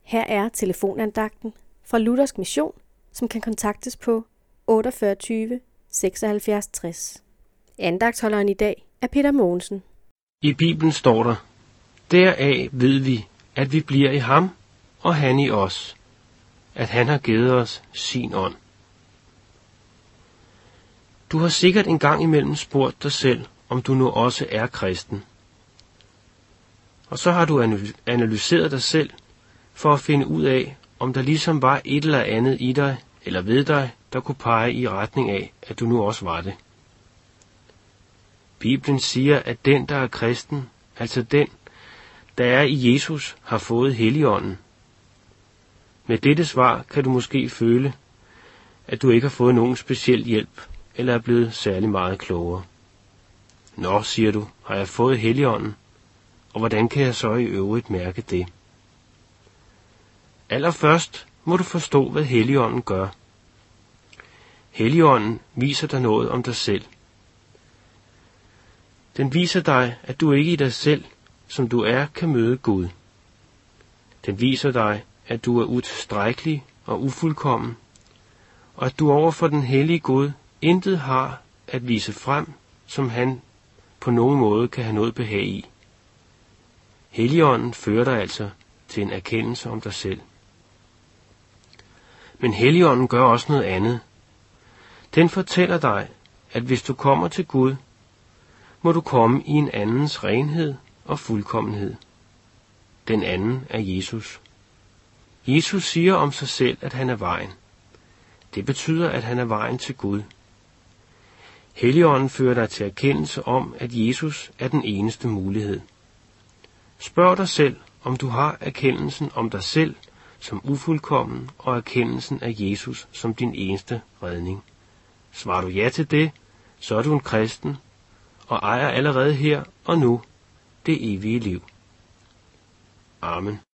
Her er telefonandagten fra Luthersk Mission, som kan kontaktes på 48 76 60. Andagtholderen i dag er Peter Mogensen. I Bibelen står der: deraf ved vi, at vi bliver i ham, og han i os, at han har givet os sin ånd. Du har sikkert en gang imellem spurgt dig selv, om du nu også er kristen. Og så har du analyseret dig selv, for at finde ud af, om der ligesom var et eller andet i dig, eller ved dig, der kunne pege i retning af, at du nu også var det. Bibelen siger, at den, der er kristen, altså den, der er i Jesus, har fået Helligånden. Med dette svar kan du måske føle, at du ikke har fået nogen speciel hjælp, eller er blevet særlig meget klogere. Nå, siger du, har jeg fået Helligånden, og hvordan kan jeg så i øvrigt mærke det? Allerførst må du forstå, hvad Helligånden gør. Helligånden viser dig noget om dig selv. Den viser dig, at du ikke i dig selv, som du er, kan møde Gud. Den viser dig, at du er utilstrækkelig og ufuldkommen, og at du over for den hellige Gud intet har at vise frem, som han på nogen måde kan have noget behag i. Helligånden fører dig altså til en erkendelse om dig selv. Men Helligånden gør også noget andet. Den fortæller dig, at hvis du kommer til Gud, må du komme i en andens renhed og fuldkommenhed. Den anden er Jesus. Jesus siger om sig selv, at han er vejen. Det betyder, at han er vejen til Gud. Helligånden fører dig til erkendelse om, at Jesus er den eneste mulighed. Spørg dig selv, om du har erkendelsen om dig selv som ufuldkommen og erkendelsen af Jesus som din eneste redning. Svarer du ja til det, så er du en kristen og ejer allerede her og nu det evige liv. Amen.